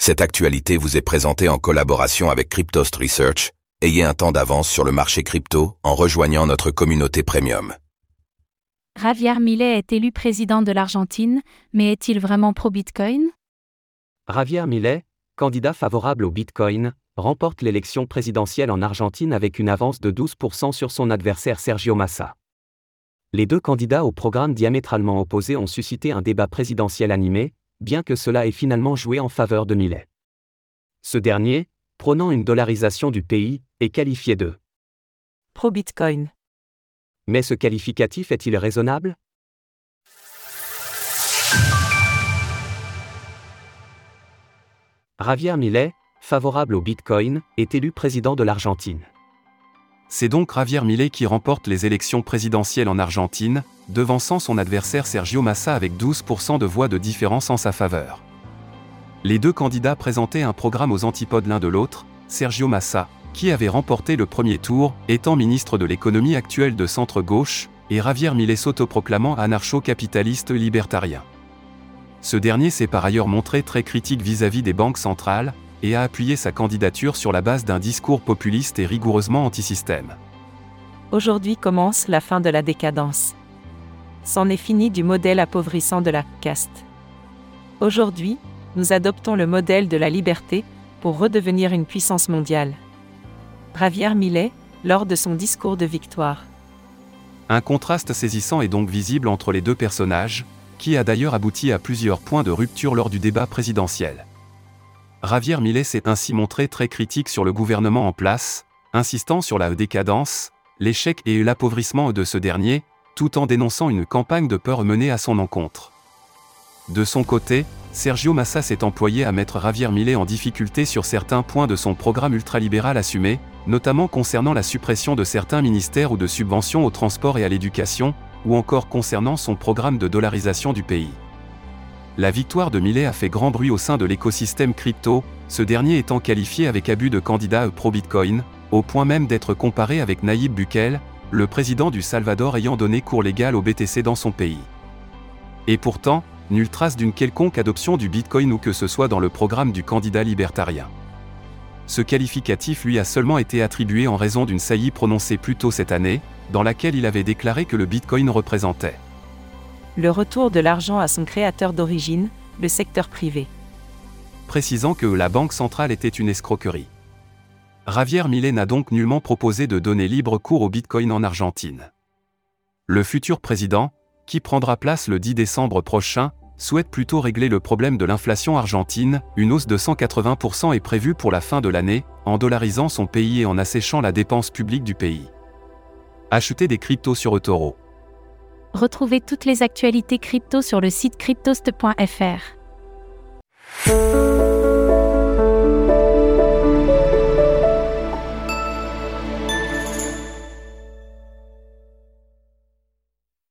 Cette actualité vous est présentée en collaboration avec Cryptost Research. Ayez un temps d'avance sur le marché crypto en rejoignant notre communauté premium. Javier Milei est élu président de l'Argentine, mais est-il vraiment pro-Bitcoin ? Javier Milei, candidat favorable au Bitcoin, remporte l'élection présidentielle en Argentine avec une avance de 12% sur son adversaire Sergio Massa. Les deux candidats au programme diamétralement opposés ont suscité un débat présidentiel animé, bien que cela ait finalement joué en faveur de Milei. Ce dernier, prônant une dollarisation du pays, est qualifié de pro-Bitcoin. Mais ce qualificatif est-il raisonnable ? Javier Milei, favorable au Bitcoin, est élu président de l'Argentine. C'est donc Javier Milei qui remporte les élections présidentielles en Argentine, devançant son adversaire Sergio Massa avec 12% de voix de différence en sa faveur. Les deux candidats présentaient un programme aux antipodes l'un de l'autre, Sergio Massa, qui avait remporté le premier tour, étant ministre de l'économie actuel de centre-gauche, et Javier Milei s'autoproclamant anarcho-capitaliste libertarien. Ce dernier s'est par ailleurs montré très critique vis-à-vis des banques centrales, et a appuyé sa candidature sur la base d'un discours populiste et rigoureusement anti-système. Aujourd'hui commence la fin de la décadence. C'en est fini du modèle appauvrissant de la caste. Aujourd'hui, nous adoptons le modèle de la liberté pour redevenir une puissance mondiale. Javier Milei, lors de son discours de victoire. Un contraste saisissant est donc visible entre les deux personnages, qui a d'ailleurs abouti à plusieurs points de rupture lors du débat présidentiel. Javier Milei s'est ainsi montré très critique sur le gouvernement en place, insistant sur la décadence, l'échec et l'appauvrissement de ce dernier, tout en dénonçant une campagne de peur menée à son encontre. De son côté, Sergio Massa s'est employé à mettre Javier Milei en difficulté sur certains points de son programme ultralibéral assumé, notamment concernant la suppression de certains ministères ou de subventions au transport et à l'éducation, ou encore concernant son programme de dollarisation du pays. La victoire de Milei a fait grand bruit au sein de l'écosystème crypto, ce dernier étant qualifié avec abus de candidat pro-Bitcoin, au point même d'être comparé avec Nayib Bukele, le président du Salvador ayant donné cours légal au BTC dans son pays. Et pourtant, nulle trace d'une quelconque adoption du Bitcoin ou que ce soit dans le programme du candidat libertarien. Ce qualificatif lui a seulement été attribué en raison d'une saillie prononcée plus tôt cette année, dans laquelle il avait déclaré que le Bitcoin représentait le retour de l'argent à son créateur d'origine, le secteur privé. Précisant que la banque centrale était une escroquerie. Javier Milei n'a donc nullement proposé de donner libre cours au Bitcoin en Argentine. Le futur président, qui prendra place le 10 décembre prochain, souhaite plutôt régler le problème de l'inflation argentine. Une hausse de 180% est prévue pour la fin de l'année, en dollarisant son pays et en asséchant la dépense publique du pays. Achetez des cryptos sur eToro. Retrouvez toutes les actualités crypto sur le site cryptost.fr.